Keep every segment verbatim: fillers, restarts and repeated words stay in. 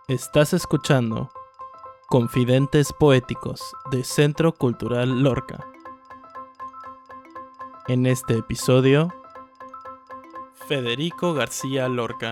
Estás escuchando Confidentes Poéticos de Centro Cultural Lorca. En este episodio, Federico García Lorca.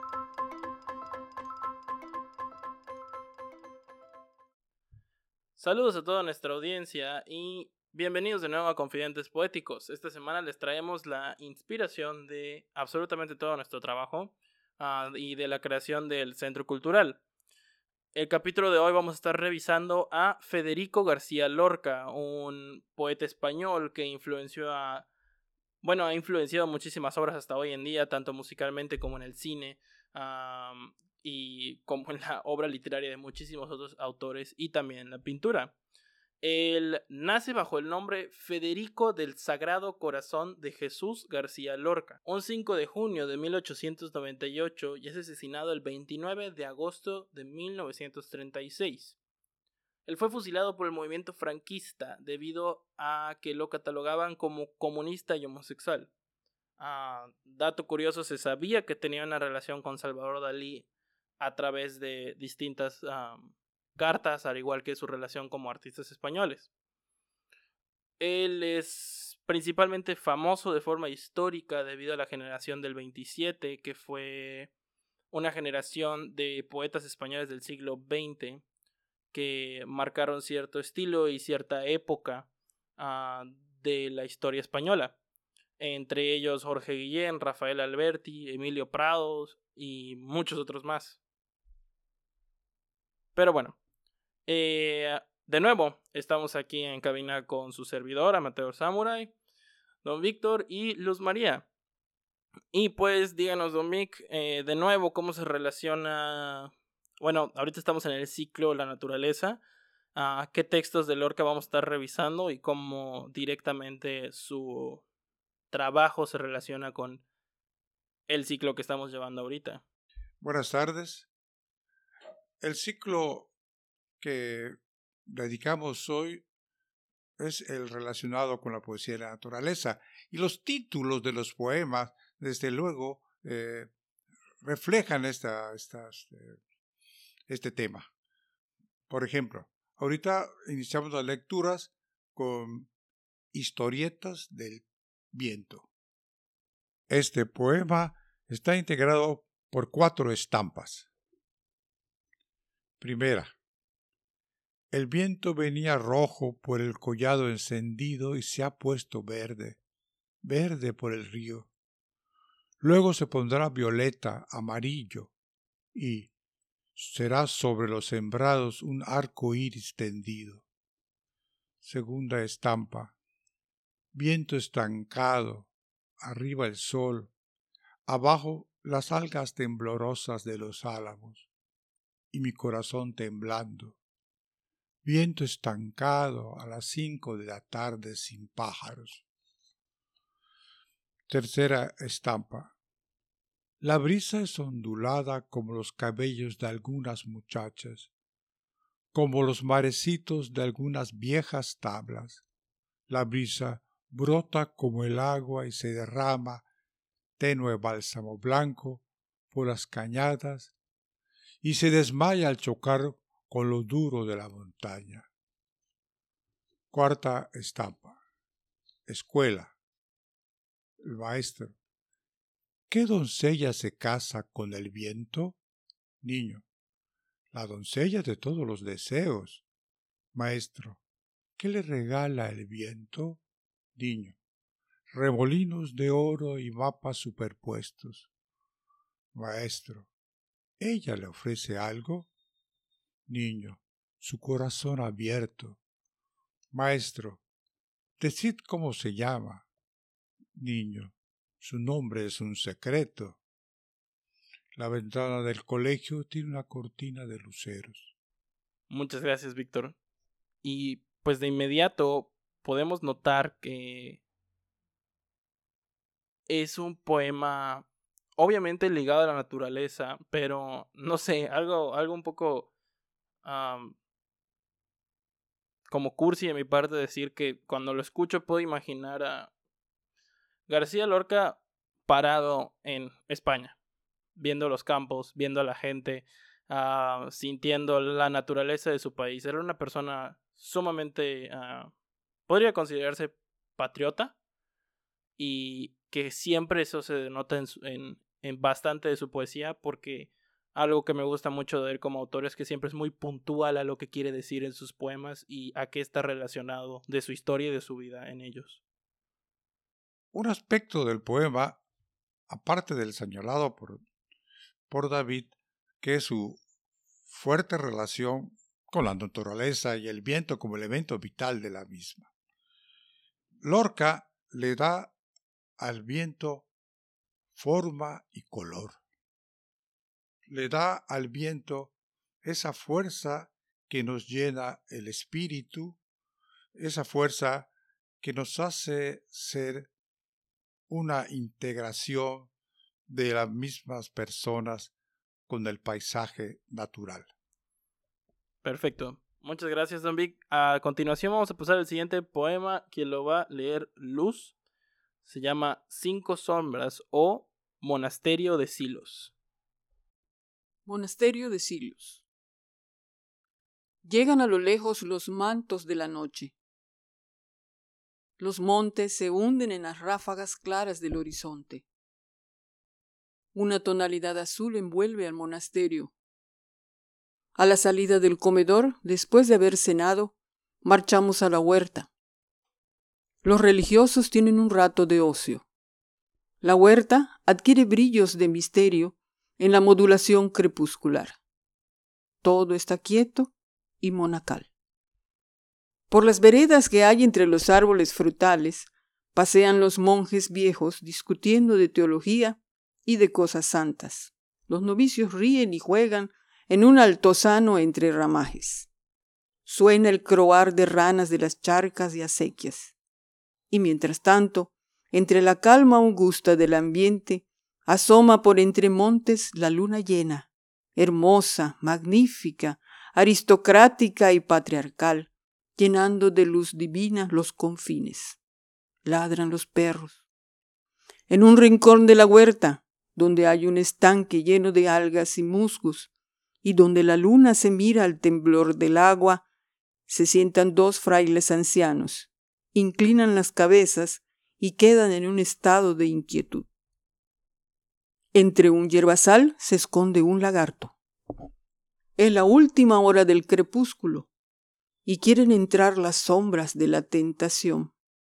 Saludos a toda nuestra audiencia y bienvenidos de nuevo a Confidentes Poéticos. Esta semana les traemos la inspiración de absolutamente todo nuestro trabajo uh, y de la creación del Centro Cultural. El capítulo de hoy vamos a estar revisando a Federico García Lorca, un poeta español que influenció a, bueno, ha influenciado muchísimas obras hasta hoy en día, tanto musicalmente como en el cine, um, y como en la obra literaria de muchísimos otros autores y también en la pintura. Él nace bajo el nombre Federico del Sagrado Corazón de Jesús García Lorca, un cinco de junio de mil ochocientos noventa y ocho, y es asesinado el veintinueve de agosto de mil novecientos treinta y seis. Él fue fusilado por el movimiento franquista debido a que lo catalogaban como comunista y homosexual. Uh, dato curioso, se sabía que tenía una relación con Salvador Dalí a través de distintas um, cartas, al igual que su relación como artistas españoles. Él es principalmente famoso de forma histórica debido a la generación del veintisiete, que fue una generación de poetas españoles del siglo veinte que marcaron cierto estilo y cierta época uh, de la historia española. Entre ellos Jorge Guillén, Rafael Alberti, Emilio Prados y muchos otros más. Pero bueno, eh, de nuevo estamos aquí en cabina con su servidor, Amateur Samurai, Don Víctor y Luz María. Y pues díganos, Don Vic, eh, de nuevo cómo se relaciona. Bueno, ahorita estamos en el ciclo La Naturaleza. Uh, ¿Qué textos de Lorca vamos a estar revisando y cómo directamente su trabajo se relaciona con el ciclo que estamos llevando ahorita? Buenas tardes. El ciclo que dedicamos hoy es el relacionado con la poesía de la naturaleza, y los títulos de los poemas, desde luego, eh, reflejan esta, esta, este, este tema. Por ejemplo, ahorita iniciamos las lecturas con Historietas del Viento. Este poema está integrado por cuatro estampas. Primera. El viento venía rojo por el collado encendido y se ha puesto verde, verde por el río. Luego se pondrá violeta, amarillo, y será sobre los sembrados un arco iris tendido. Segunda estampa. Viento estancado, arriba el sol, abajo las algas temblorosas de los álamos, y mi corazón temblando. Viento estancado a las cinco de la tarde sin pájaros. Tercera estampa. La brisa es ondulada como los cabellos de algunas muchachas, como los marecitos de algunas viejas tablas. La brisa brota como el agua y se derrama, tenue bálsamo blanco, por las cañadas, y se desmaya al chocar con lo duro de la montaña. Cuarta estampa. Escuela. El maestro. ¿Qué doncella se casa con el viento? Niño. La doncella de todos los deseos. Maestro. ¿Qué le regala el viento? Niño. Remolinos de oro y mapas superpuestos. Maestro. ¿Ella le ofrece algo? Niño. Su corazón abierto. Maestro. Decid cómo se llama. Niño. Su nombre es un secreto. La ventana del colegio tiene una cortina de luceros. Muchas gracias, Víctor. Y pues de inmediato podemos notar que es un poema obviamente ligado a la naturaleza, pero no sé, algo, algo un poco um, como cursi de mi parte decir que cuando lo escucho puedo imaginar a García Lorca parado en España, viendo los campos, viendo a la gente, uh, sintiendo la naturaleza de su país. Era una persona sumamente, uh, podría considerarse patriota, y que siempre eso se denota en, su, en, en bastante de su poesía, porque algo que me gusta mucho de él como autor es que siempre es muy puntual a lo que quiere decir en sus poemas y a qué está relacionado de su historia y de su vida en ellos. Un aspecto del poema, aparte del señalado por, por David, que es su fuerte relación con la naturaleza y el viento como elemento vital de la misma. Lorca le da al viento forma y color. Le da al viento esa fuerza que nos llena el espíritu, esa fuerza que nos hace ser una integración de las mismas personas con el paisaje natural. Perfecto. Muchas gracias, Don Vic. A continuación vamos a pasar al siguiente poema que lo va a leer Luz. Se llama Cinco Sombras o Monasterio de Silos. Monasterio de Silos. Llegan a lo lejos los mantos de la noche. Los montes se hunden en las ráfagas claras del horizonte. Una tonalidad azul envuelve al monasterio. A la salida del comedor, después de haber cenado, marchamos a la huerta. Los religiosos tienen un rato de ocio. La huerta adquiere brillos de misterio en la modulación crepuscular. Todo está quieto y monacal. Por las veredas que hay entre los árboles frutales, pasean los monjes viejos discutiendo de teología y de cosas santas. Los novicios ríen y juegan en un altozano entre ramajes. Suena el croar de ranas de las charcas y acequias. Y mientras tanto, entre la calma augusta del ambiente, asoma por entre montes la luna llena, hermosa, magnífica, aristocrática y patriarcal, llenando de luz divina los confines. Ladran los perros. En un rincón de la huerta, donde hay un estanque lleno de algas y musgos, y donde la luna se mira al temblor del agua, se sientan dos frailes ancianos, inclinan las cabezas y quedan en un estado de inquietud. Entre un yerbazal se esconde un lagarto. Es la última hora del crepúsculo y quieren entrar las sombras de la tentación.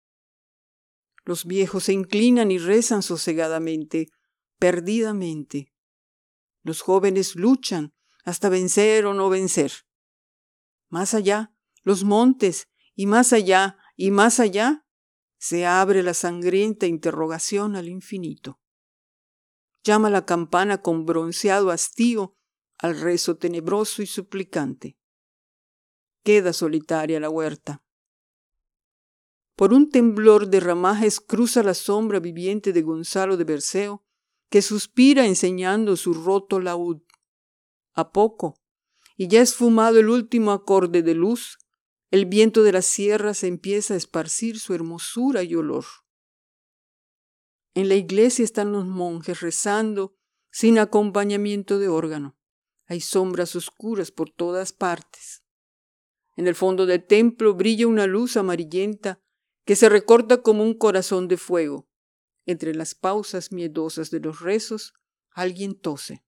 Los viejos se inclinan y rezan sosegadamente, perdidamente. Los jóvenes luchan hasta vencer o no vencer. Más allá, los montes, y más allá, y más allá, se abre la sangrienta interrogación al infinito. Llama la campana con bronceado hastío al rezo tenebroso y suplicante. Queda solitaria la huerta. Por un temblor de ramajes cruza la sombra viviente de Gonzalo de Berceo, que suspira enseñando su roto laúd. A poco, y ya esfumado el último acorde de luz, el viento de las sierras empieza a esparcir su hermosura y olor. En la iglesia están los monjes rezando sin acompañamiento de órgano. Hay sombras oscuras por todas partes. En el fondo del templo brilla una luz amarillenta que se recorta como un corazón de fuego. Entre las pausas miedosas de los rezos, alguien tose.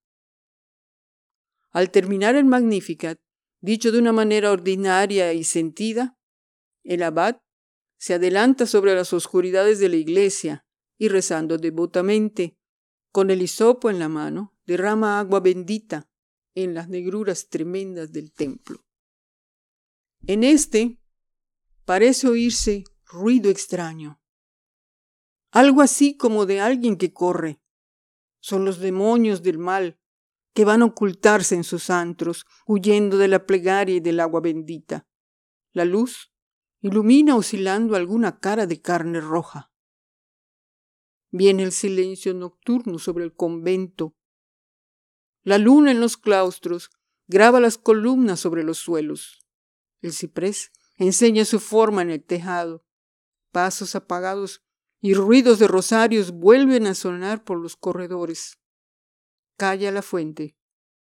Al terminar el Magnificat, dicho de una manera ordinaria y sentida, el abad se adelanta sobre las oscuridades de la iglesia y, rezando devotamente, con el hisopo en la mano, derrama agua bendita en las negruras tremendas del templo. En este parece oírse ruido extraño, algo así como de alguien que corre. Son los demonios del mal que van a ocultarse en sus antros, huyendo de la plegaria y del agua bendita. La luz ilumina oscilando alguna cara de carne roja. Viene el silencio nocturno sobre el convento. La luna en los claustros graba las columnas sobre los suelos. El ciprés enseña su forma en el tejado. Pasos apagados y ruidos de rosarios vuelven a sonar por los corredores. Calla la fuente.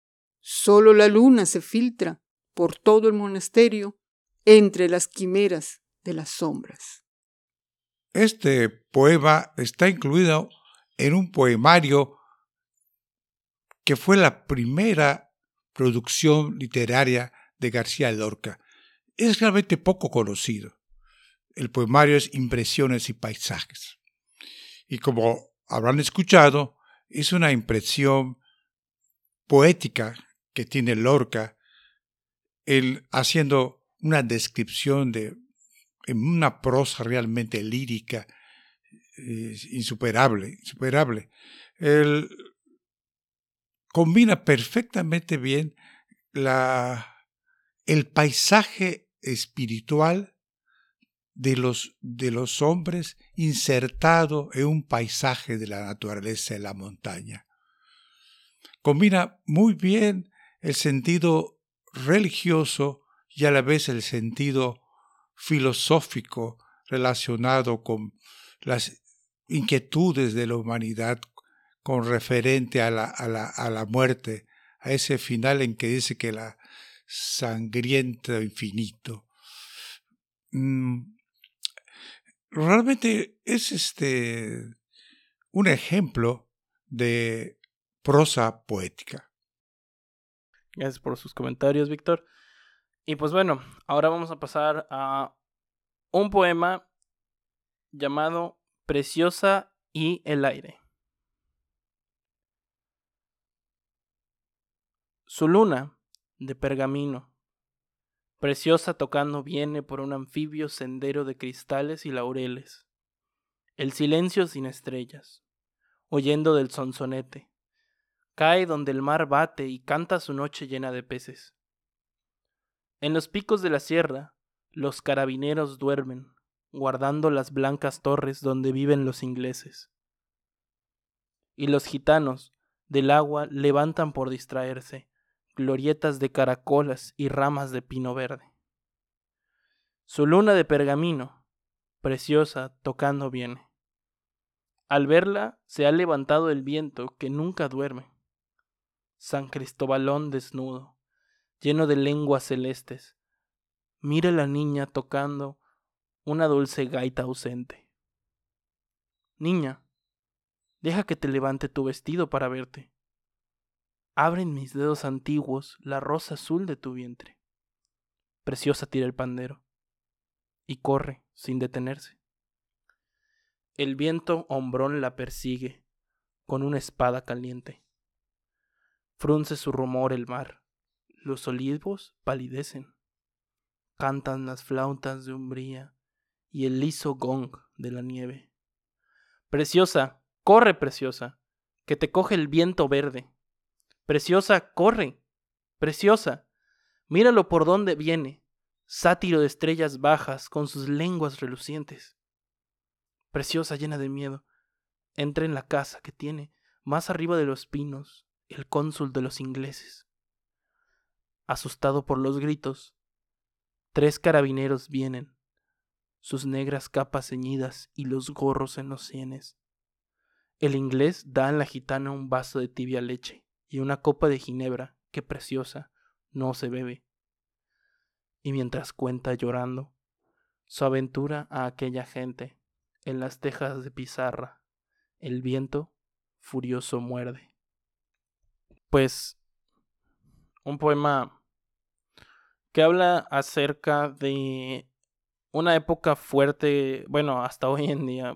Solo la luna se filtra por todo el monasterio entre las quimeras de las sombras. Este poema está incluido en un poemario que fue la primera producción literaria de García Lorca. Es realmente poco conocido. El poemario es Impresiones y Paisajes. Y como habrán escuchado, es una impresión poética que tiene Lorca, él haciendo una descripción de, en una prosa realmente lírica, eh, insuperable, insuperable. Él combina perfectamente bien la, el paisaje espiritual de los, de los hombres insertado en un paisaje de la naturaleza de la montaña. Combina muy bien el sentido religioso y a la vez el sentido filosófico relacionado con las inquietudes de la humanidad con referente a la, a la, a la muerte, a ese final en que dice que la sangriento infinito. Mm, realmente es este un ejemplo de prosa poética. Gracias por sus comentarios, Víctor. Y pues bueno, ahora vamos a pasar a un poema llamado Preciosa y el aire. Su luna, de pergamino, preciosa tocando viene por un anfibio sendero de cristales y laureles. El silencio sin estrellas, oyendo del sonsonete, cae donde el mar bate y canta su noche llena de peces. En los picos de la sierra, los carabineros duermen, guardando las blancas torres donde viven los ingleses. Y los gitanos del agua levantan por distraerse glorietas de caracolas y ramas de pino verde. Su luna de pergamino, preciosa, tocando viene. Al verla se ha levantado el viento que nunca duerme. San Cristobalón desnudo, lleno de lenguas celestes, mira la niña tocando una dulce gaita ausente. Niña, deja que te levante tu vestido para verte. Abren mis dedos antiguos la rosa azul de tu vientre. Preciosa tira el pandero y corre sin detenerse. El viento hombrón la persigue con una espada caliente. Frunce su rumor el mar, los olivos palidecen. Cantan las flautas de umbría y el liso gong de la nieve. Preciosa, corre, preciosa, que te coge el viento verde. Preciosa, corre, preciosa, míralo por dónde viene, sátiro de estrellas bajas con sus lenguas relucientes. Preciosa, llena de miedo, entra en la casa que tiene, más arriba de los pinos, el cónsul de los ingleses. Asustado por los gritos, tres carabineros vienen, sus negras capas ceñidas y los gorros en los sienes. El inglés da a la gitana un vaso de tibia leche y una copa de ginebra que, preciosa, no se bebe. Y mientras cuenta llorando su aventura a aquella gente, en las tejas de pizarra, el viento furioso muerde. Pues, un poema que habla acerca de una época fuerte, bueno, hasta hoy en día,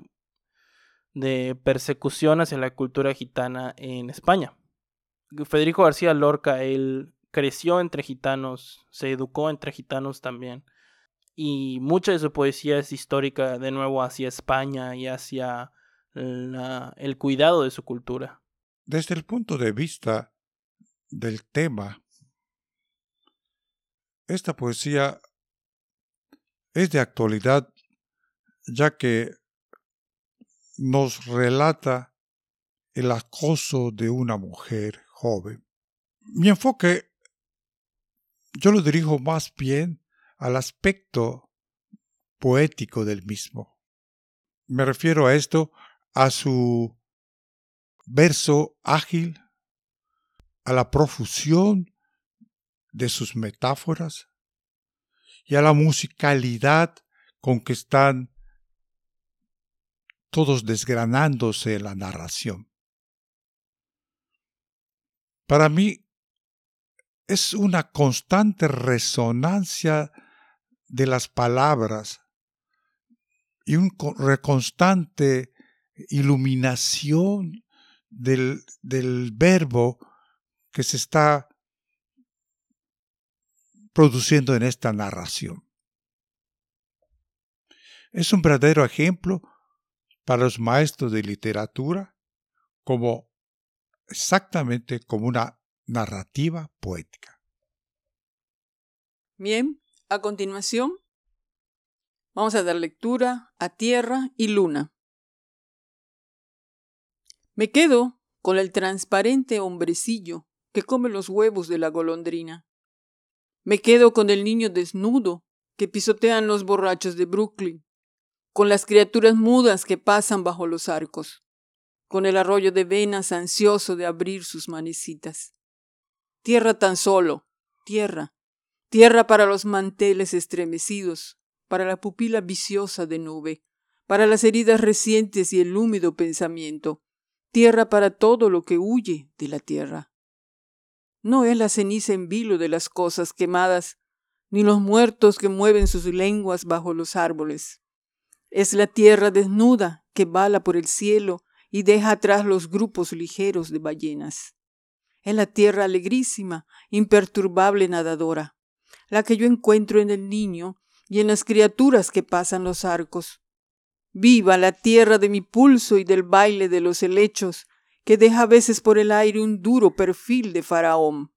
de persecución hacia la cultura gitana en España. Federico García Lorca, él creció entre gitanos, se educó entre gitanos también, y mucha de su poesía es histórica, de nuevo, hacia España y hacia la, el cuidado de su cultura. Desde el punto de vista del tema, esta poesía es de actualidad, ya que nos relata el acoso de una mujer joven. Mi enfoque yo lo dirijo más bien al aspecto poético del mismo. Me refiero a esto, a su verso ágil, a la profusión de sus metáforas y a la musicalidad con que están todos desgranándose la narración. Para mí es una constante resonancia de las palabras y una constante iluminación del, del verbo que se está produciendo en esta narración. Es un verdadero ejemplo para los maestros de literatura como exactamente como una narrativa poética. Bien, a continuación vamos a dar lectura a Tierra y Luna. Me quedo con el transparente hombrecillo que come los huevos de la golondrina. Me quedo con el niño desnudo que pisotean los borrachos de Brooklyn, con las criaturas mudas que pasan bajo los arcos, con el arroyo de venas ansioso de abrir sus manecitas. Tierra tan solo, tierra, tierra para los manteles estremecidos, para la pupila viciosa de nube, para las heridas recientes y el húmedo pensamiento, tierra para todo lo que huye de la tierra. No es la ceniza en vilo de las cosas quemadas, ni los muertos que mueven sus lenguas bajo los árboles. Es la tierra desnuda que bala por el cielo y deja atrás los grupos ligeros de ballenas. Es la tierra alegrísima, imperturbable nadadora, la que yo encuentro en el niño y en las criaturas que pasan los arcos. Viva la tierra de mi pulso y del baile de los helechos, que deja a veces por el aire un duro perfil de faraón.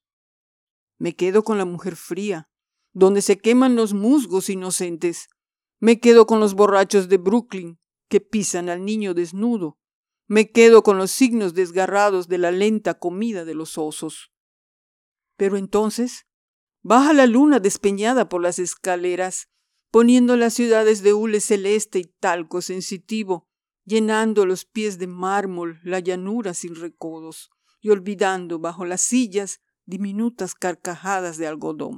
Me quedo con la mujer fría, donde se queman los musgos inocentes. Me quedo con los borrachos de Brooklyn, que pisan al niño desnudo. Me quedo con los signos desgarrados de la lenta comida de los osos. Pero entonces baja la luna despeñada por las escaleras, poniendo las ciudades de hule celeste y talco sensitivo, llenando los pies de mármol la llanura sin recodos y olvidando bajo las sillas diminutas carcajadas de algodón.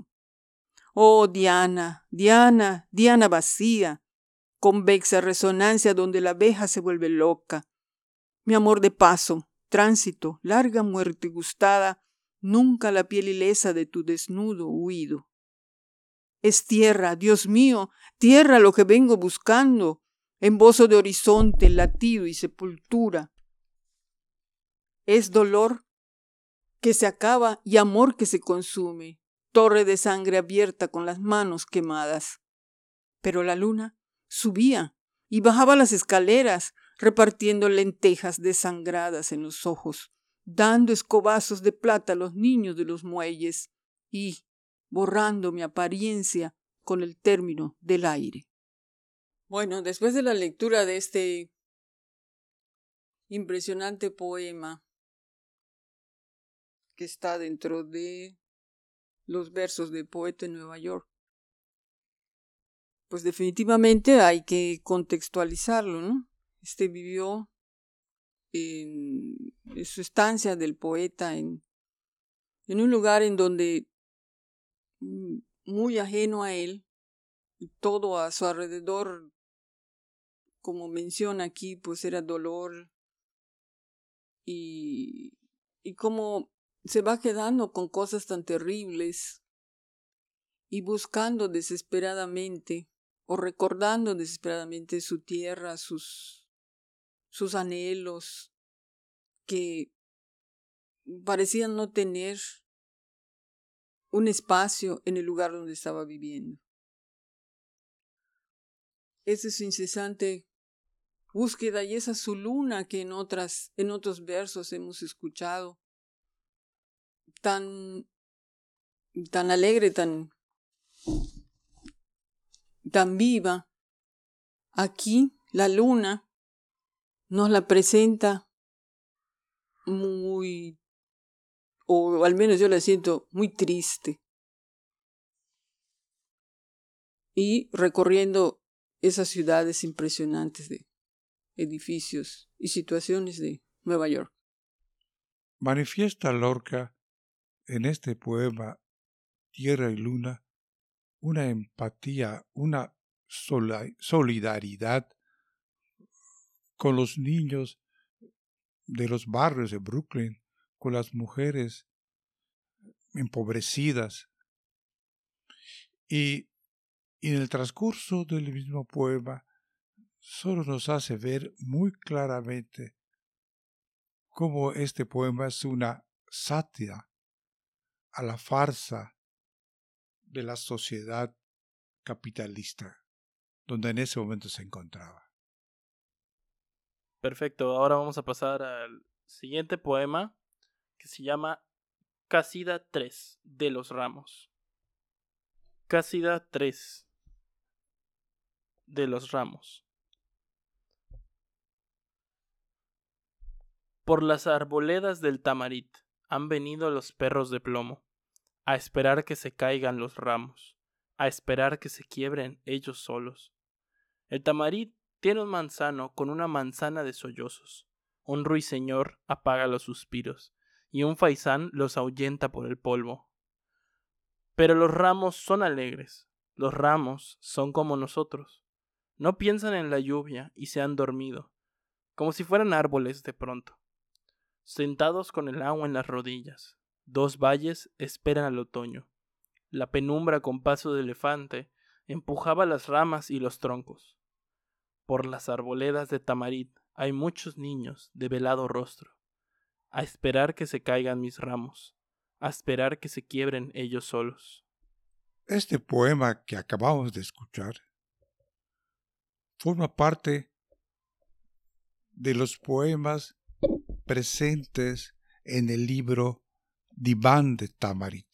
Oh, Diana, Diana, Diana vacía, convexa resonancia donde la abeja se vuelve loca. Mi amor de paso, tránsito, larga muerte gustada, nunca la piel ilesa de tu desnudo huido. Es tierra, Dios mío, tierra lo que vengo buscando, embozo de horizonte, latido y sepultura. Es dolor que se acaba y amor que se consume, torre de sangre abierta con las manos quemadas. Pero la luna subía y bajaba las escaleras, repartiendo lentejas desangradas en los ojos, dando escobazos de plata a los niños de los muelles y borrando mi apariencia con el término del aire. Bueno, después de la lectura de este impresionante poema que está dentro de los versos de Poeta en Nueva York, pues definitivamente hay que contextualizarlo, ¿no? Este vivió en, en su estancia del poeta en, en un lugar en donde muy ajeno a él, y todo a su alrededor, como menciona aquí, pues era dolor y, y como se va quedando con cosas tan terribles y buscando desesperadamente o recordando desesperadamente su tierra, sus, sus anhelos que parecían no tener un espacio en el lugar donde estaba viviendo. Esa es su incesante búsqueda y esa su luna que en, otras, en otros versos hemos escuchado, tan, tan alegre, tan, tan viva. Aquí la luna nos la presenta muy, o al menos yo la siento muy triste. Y recorriendo esas ciudades impresionantes de edificios y situaciones de Nueva York. Manifiesta Lorca en este poema tierra y luna, una empatía, una solidaridad con los niños de los barrios de Brooklyn, con las mujeres empobrecidas. Y, y en el transcurso del mismo poema solo nos hace ver muy claramente cómo este poema es una sátira a la farsa de la sociedad capitalista donde en ese momento se encontraba. Perfecto, ahora vamos a pasar al siguiente poema que se llama Cásida tres de los Ramos. Cásida tres de los Ramos. Por las arboledas del tamarit han venido los perros de plomo, a esperar que se caigan los ramos, a esperar que se quiebren ellos solos. El tamarit tiene un manzano con una manzana de sollozos, un ruiseñor apaga los suspiros, y un faisán los ahuyenta por el polvo. Pero los ramos son alegres, los ramos son como nosotros, no piensan en la lluvia y se han dormido, como si fueran árboles de pronto. Sentados con el agua en las rodillas, dos valles esperan al otoño. La penumbra con paso de elefante empujaba las ramas y los troncos. Por las arboledas de tamarit hay muchos niños de velado rostro, a esperar que se caigan mis ramos, a esperar que se quiebren ellos solos. Este poema que acabamos de escuchar forma parte de los poemas presentes en el libro Diván de Tamarit.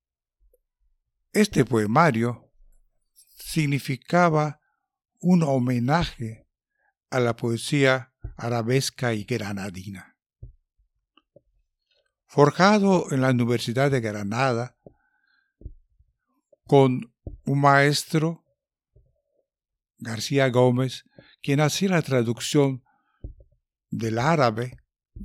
Este poemario significaba un homenaje a la poesía arabesca y granadina. Forjado en la Universidad de Granada con un maestro, García Gómez, quien hacía la traducción del árabe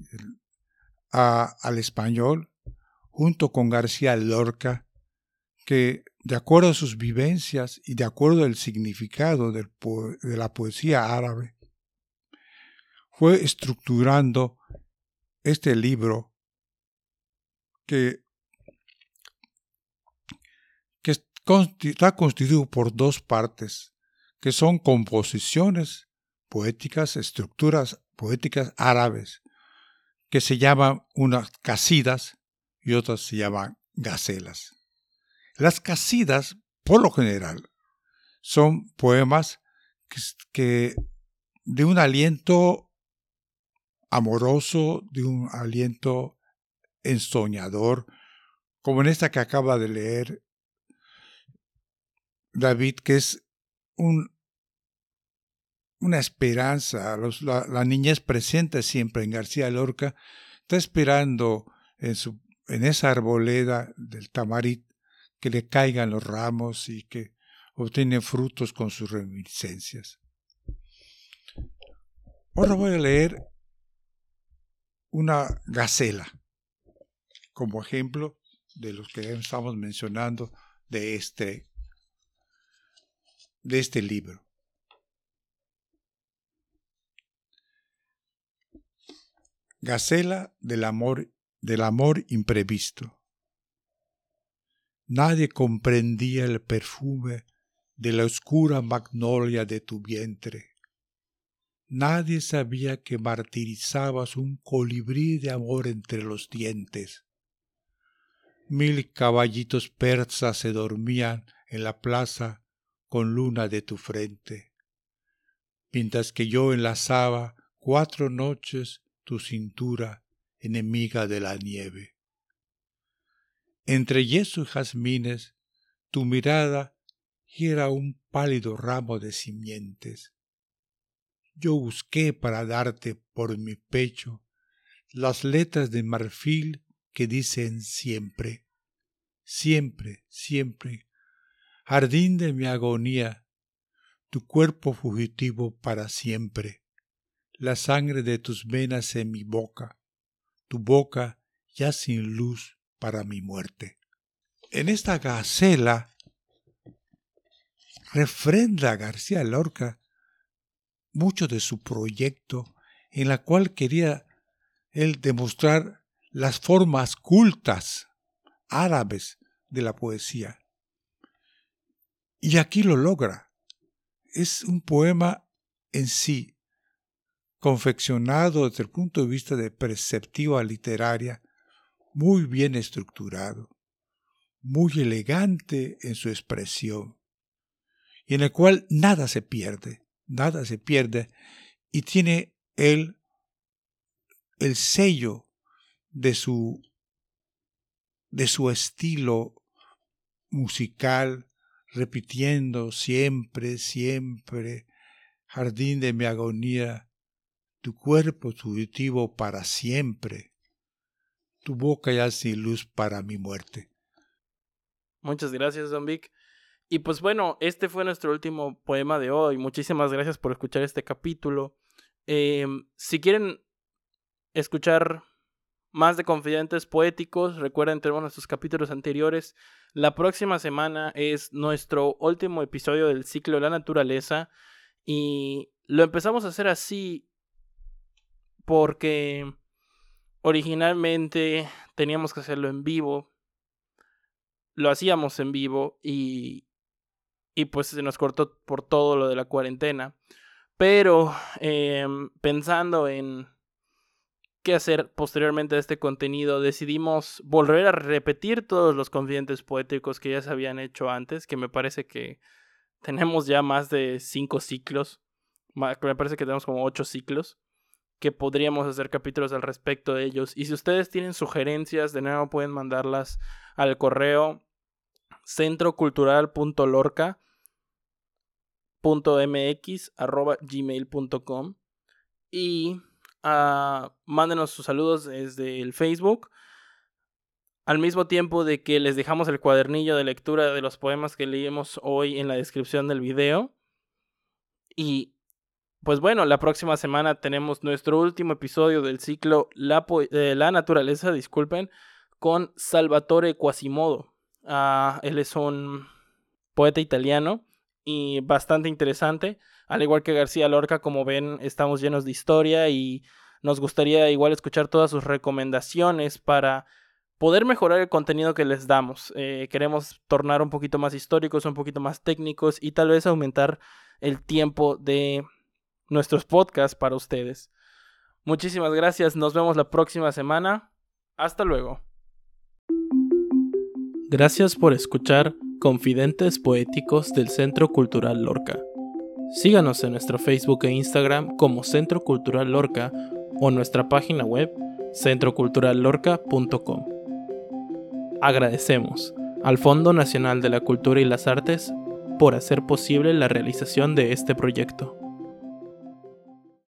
a, al español, junto con García Lorca, que de acuerdo a sus vivencias y de acuerdo al significado del po- de la poesía árabe, fue estructurando este libro que, que está constituido por dos partes, que son composiciones poéticas, estructuras poéticas árabes, que se llaman unas casidas y otras se llaman gacelas. Las casidas, por lo general, son poemas que, que de un aliento amoroso, de un aliento ensoñador, como en esta que acaba de leer David, que es un, una esperanza. Los, la, la niñez presente siempre en García Lorca está esperando en, su, en esa arboleda del tamarit que le caigan los ramos y que obtiene frutos con sus reminiscencias. Ahora voy a leer una gacela como ejemplo de los que estamos mencionando de este, de este libro. Gacela del amor, del amor imprevisto. Nadie comprendía el perfume de la oscura magnolia de tu vientre. Nadie sabía que martirizabas un colibrí de amor entre los dientes. Mil caballitos persas se dormían en la plaza con luna de tu frente, mientras que yo enlazaba cuatro noches tu cintura, enemiga de la nieve. Entre yeso y jazmines, tu mirada era un pálido ramo de simientes. Yo busqué para darte por mi pecho las letras de marfil que dicen siempre, siempre, siempre, jardín de mi agonía, tu cuerpo fugitivo para siempre, la sangre de tus venas en mi boca, tu boca ya sin luz para mi muerte. en esta gacela refrenda García Lorca mucho de su proyecto, en la cual quería él demostrar las formas cultas árabes de la poesía. Y aquí lo logra. Es un poema en sí, confeccionado desde el punto de vista de perspectiva literaria, muy bien estructurado, muy elegante en su expresión, y en el cual nada se pierde, nada se pierde, y tiene él el sello de su, de su estilo musical, repitiendo siempre, siempre, jardín de mi agonía, tu cuerpo fugitivo para siempre, tu boca ya sin luz para mi muerte. Muchas gracias, Don Vic. Y pues bueno, este fue nuestro último poema de hoy. Muchísimas gracias por escuchar este capítulo. Eh, si quieren escuchar más de Confidentes Poéticos, recuerden, tenemos nuestros capítulos anteriores. La próxima semana es nuestro último episodio del ciclo de la naturaleza. Y lo empezamos a hacer así porque originalmente teníamos que hacerlo en vivo. Lo hacíamos en vivo y, y pues se nos cortó por todo lo de la cuarentena. Pero eh, pensando en qué hacer posteriormente a este contenido, decidimos volver a repetir todos los Confidentes Poéticos que ya se habían hecho antes, que me parece que tenemos ya más de cinco ciclos, me parece que tenemos como ocho ciclos, que podríamos hacer capítulos al respecto de ellos. Y si ustedes tienen sugerencias, de nuevo pueden mandarlas al correo centrocultural punto lorca punto m x arroba gmail punto com y uh, mándenos sus saludos desde el Facebook, al mismo tiempo de que les dejamos el cuadernillo de lectura de los poemas que leímos hoy en la descripción del video. Y pues bueno, la próxima semana tenemos nuestro último episodio del ciclo La, po- eh, la Naturaleza, disculpen, con Salvatore Quasimodo. Uh, él es un poeta italiano y bastante interesante. Al igual que García Lorca, como ven, estamos llenos de historia y nos gustaría igual escuchar todas sus recomendaciones para poder mejorar el contenido que les damos. Eh, queremos tornar un poquito más históricos, un poquito más técnicos y tal vez aumentar el tiempo de nuestros podcasts para ustedes. Muchísimas gracias, nos vemos la próxima semana. Hasta luego. Gracias por escuchar Confidentes Poéticos del Centro Cultural Lorca. Síganos en nuestro Facebook e Instagram como Centro Cultural Lorca o nuestra página web centro cultural lorca punto com. Agradecemos al Fondo Nacional de la Cultura y las Artes por hacer posible la realización de este proyecto.